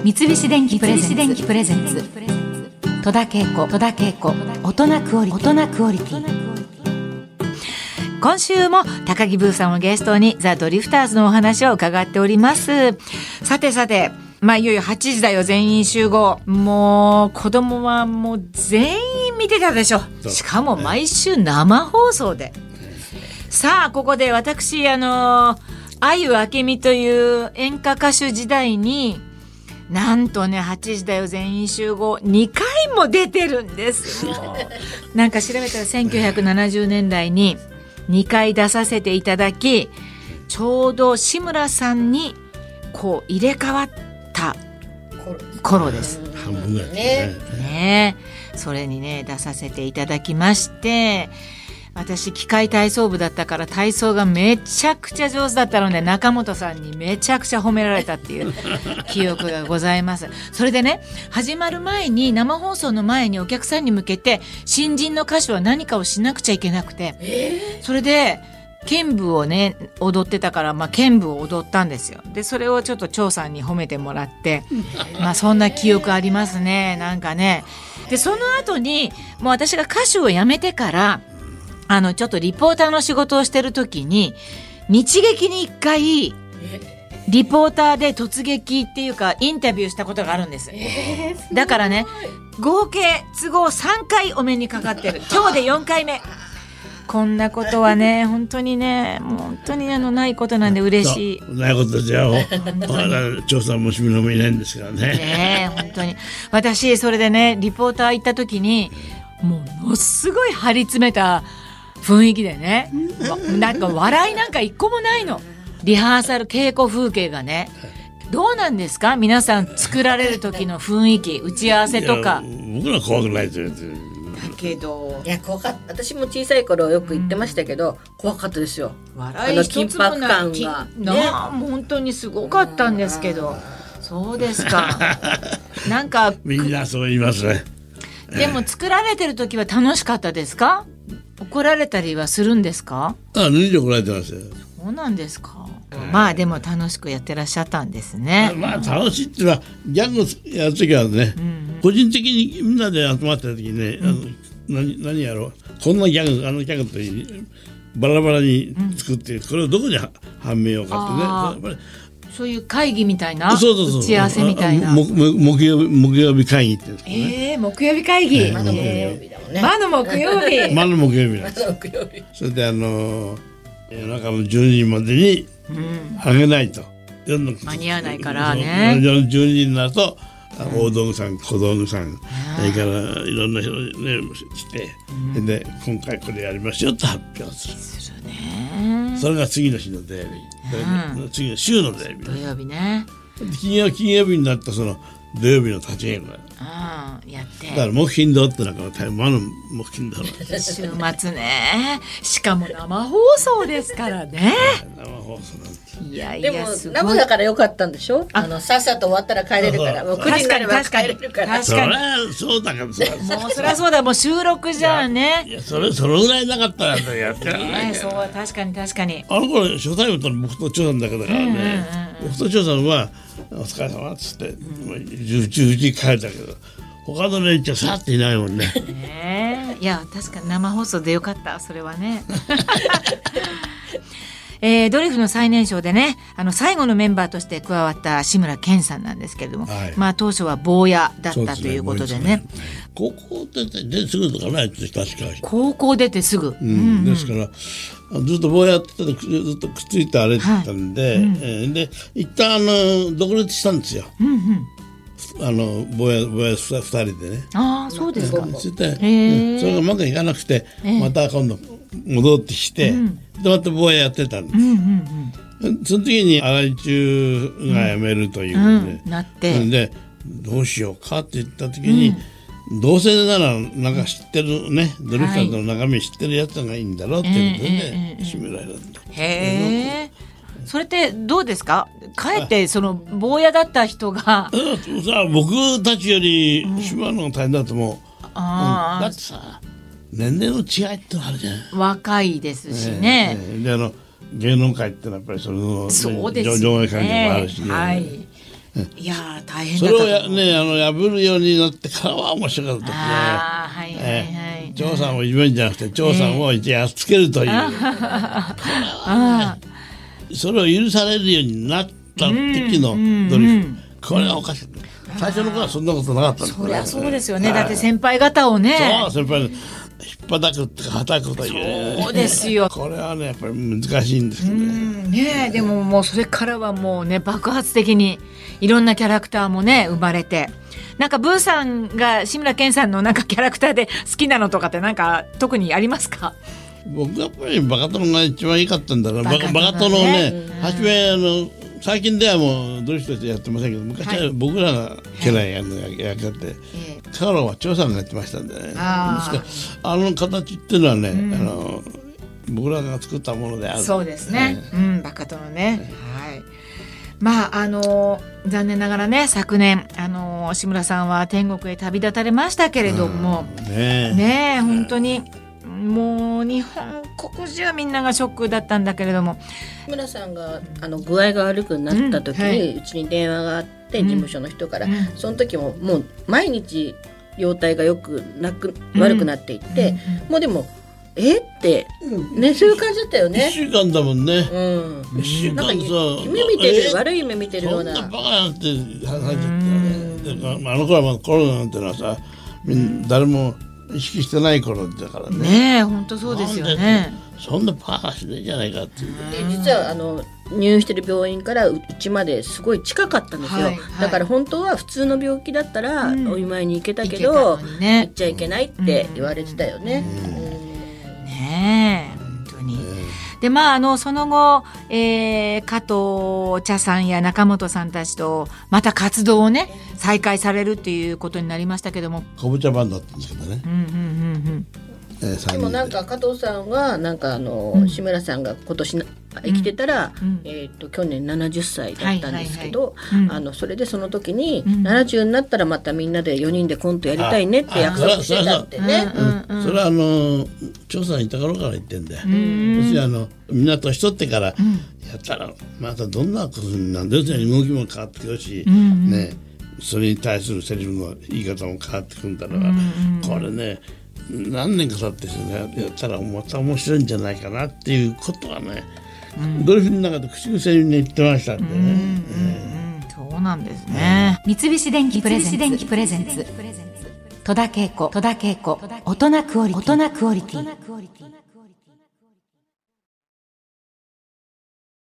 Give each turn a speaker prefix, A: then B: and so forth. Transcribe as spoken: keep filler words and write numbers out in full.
A: 三菱電機プレゼンツ戸田恵子大人クオリティ。今週も高木ブーさんをゲストにザ・ドリフターズのお話を伺っております。さてさて、まあいよいよはちじだよ全員集合。もう子供はもう全員見てたでしょ。しかも毎週生放送で。さあここで私あのあゆあけみという演歌歌手時代になんとねはちじだよ全員集合にかいも出てるんですよ。なんか調べたらせんきゅうひゃくななじゅうねんだいににかい出させていただき、ちょうど志村さんにこう入れ替わった頃です。
B: 半分ぐらいね。
A: ねえ、それにね出させていただきまして、私機械体操部だったから体操がめちゃくちゃ上手だったので中本さんにめちゃくちゃ褒められたっていう記憶がございます。それでね始まる前に生放送の前にお客さんに向けて新人の歌手は何かをしなくちゃいけなくて、えー、それで剣舞をね踊ってたから、まあ、剣舞を踊ったんですよ。でそれをちょっと張さんに褒めてもらってまあそんな記憶ありますね。なんかねでその後にもう私が歌手を辞めてからあのちょっとリポーターの仕事をしてる時に日劇に一回リポーターで突撃っていうかインタビューしたことがあるんです、えー、だからね合計都合さんかいお目にかかってる。今日でよんかいめ。こんなことはね本当にねもう本当にあのないことなんで嬉しい。
B: ないことじゃ調査もしみのもいないんですからね。
A: ねえ本当に私それでねリポーター行った時にものすごい張り詰めた雰囲気でねなんか笑いなんか一個もないの。リハーサル稽古風景がねどうなんですか皆さん作られる時の雰囲気打ち合わせとか。
B: 僕ら怖くないですよ。
A: だけど
C: いや怖かった。私も小さい頃よく言ってましたけど、うん、怖かったですよ。
A: 笑い一つもない緊迫感がね本当にすごかったんですけど。そうですかなんか
B: みんなそう言いますね。
A: でも作られてる時は楽しかったですか？怒られたりはするんですか？
B: ああ、抜いて怒られてますよ。
A: そうなんですか。まあでも楽しくやってらっしゃったんですね。
B: まあ楽しいっていうのはギャグやる時はね、うんうん、個人的にみんなで集まった時にね、うん、あの 何, 何やろうこんなギャグあのギャグといいバラバラに作って、うん、これをどこにはめようかってね。やっぱり
A: そういう会議みたいな打ち合わせみたいな
B: 木曜日木曜日会議って言うんですかね。
A: えー、木曜日会議、
C: 魔の木曜日だもんね。
A: 魔の木曜日
B: 魔の木曜日なんですそれであの夜中のじゅうにじまでにあげないと、
A: うん、間に合わないからね。
B: じゅうにじになると大道具さん小道具さんそれからいろんな人ね来て、うん、で今回これやりましょうと発表するするね。それが次の日の土曜日、うん、次の週の土曜日
A: 土曜日ね。
B: 金曜金曜日になったその土曜日の立ち稽古
A: あやって
B: だから木金土ってなんか魔の木金土
A: 週末ねしかも生放送ですからね
B: 生放送なんて
A: いやいや
C: でも生だからよかったんでしょ。あのさっさと終わったら帰れるからもうくじになれば帰れるから
A: 確かに
B: そうだからもうそ
A: りゃそうだもう収録じゃあね
B: いやそれそれぐらいなかったらやってられない、
A: ね、そう確かに確かに
B: あの頃初対面との僕と長さんだけだからね、うんうんうん、僕と長さんはお疲れ様っつって、うん、じゅうじに帰ったけど他の連中さっていないもんね。
A: ねいや確かに生放送でよかったそれはね。えー、ドリフの最年少でねあの最後のメンバーとして加わった志村けんさんなんですけれども、はい、まあ当初は坊やだったということで ね, でね
B: 高校出て出てすぐとかない確か
A: 高校出てすぐ、
B: うんうん、ですからずっと坊やってたずっとくっついて歩いてたんで、はいうんえー、で一旦あの独立したんですよ、うんうん、あの坊や坊やふたりでね。
A: ああそうですか。
B: それでそれがうまくいかなくてまた今度戻ってきて、うん、でまた坊ややってたんです、うんうんうん、その時に荒井中が辞めるというので、
A: うんうん、なって
B: でどうしようかって言った時に、うん、どうせならなんか知ってるねドリフターズの中身知ってるやつがいいんだろうっていうことで締められたんだ。
A: へーそれってどうですかかえってその坊やだった人がさ
B: あ僕たちより島の方が大変だと思う、うんあだってさ年齢の違いってのあるじゃん。
A: 若いですしね、
B: えー、であの芸能界ってのはやっぱりその
A: そうですね
B: 上下関係もあるしね、
A: はい、 いやー大変
B: そ
A: だったと思う。
B: れをや、ね、あの破るようになってからは面白かったですね。
A: あーはいはいはい、
B: ええ張さんをいじめるんじゃなくて張さんをやっつけるという、
A: あ
B: それを許されるようになった時のドリフ、これはおかしい。最初の頃はそんなことなかったんです
A: そりゃそうですよね。だって先輩方をね。
B: そう先輩に引っ叩くってか叩くという、
A: そうですよ。
B: これはねやっぱり難しいんですよね。
A: うんねえでももうそれからはもうね爆発的にいろんなキャラクターもね生まれて、なんかブーさんが志村けんさんのなんかキャラクターで好きなのとかってなんか特にありますか？
B: 僕やっぱりバカ殿が一番良かったんだな。バカ
A: バカ殿ね
B: バカ殿ね、初めあの最近ではもうドリフとしてやってませんけど、昔は僕らが家来やの役やって、香川は張さんがやってましたんでね。ですからあの形っていうのはね、うん、あの僕らが作ったものである。
A: そうですね、えー、うんバカ殿ね、はい。まああの残念ながらね昨年あの志村さんは天国へ旅立たれましたけれども、うん、ねえねえ本当にもう日本国中みんながショックだったんだけれども、
C: 志村さんがあの具合が悪くなった時に、うんはい、うちに電話があって事務所の人から、うん、その時ももう毎日容体がよくなく悪くなっていって、うん、もうでもえってね、そういう感じだったよね。
B: いっしゅうかんだもんね。
C: うん。
B: いっしゅうかんさ、
C: 夢見てる、悪い夢見てるような。
B: そんなバカなんて話しちゃったね。あの頃はまだコロナなんてのはさ、みんな誰も意識してない頃だからね。
A: ねえ、本当そうですよね。
B: そんなバカしないじゃないかっていう。
C: で、実はあの入院してる病院からうちまですごい近かったんですよ。はいはい、だから本当は普通の病気だったらお見舞いに行けたけど、行、ね、っちゃいけないって言われてたよね。
A: ねえ本当に。でまああのその後、えー、加藤茶さんや中本さんたちとまた活動をね再開されるっていうことになりましたけども、
B: かぼちゃバンドだったんですけどね。
A: うんうんうんうん
C: えー、でもなんか加藤さんはなんかあの、うん、志村さんが今年生きてたら、うん、えー、と去年ななじゅっさいだったんですけど、あのそれでその時に、うん、ななじゅうになったらまたみんなでよにんでコントやりたいねって約束してたってね。
B: それはあの張さんいた頃から言ってんだよ。私はあのみんな年取ってからやったらまたどんなことになるんだよ。動きも変わってくるし、うん、ね、それに対するセリフの言い方も変わってくるんだから、うん、これね何年か経ってやったらまた面白いんじゃないかなっていうことはね、うん、ドリフの中で口癖に言ってましたんでね。うんうんうん、
A: そうなんですね。
D: 三菱電機プレゼンツ戸田恵子大人クオリティ。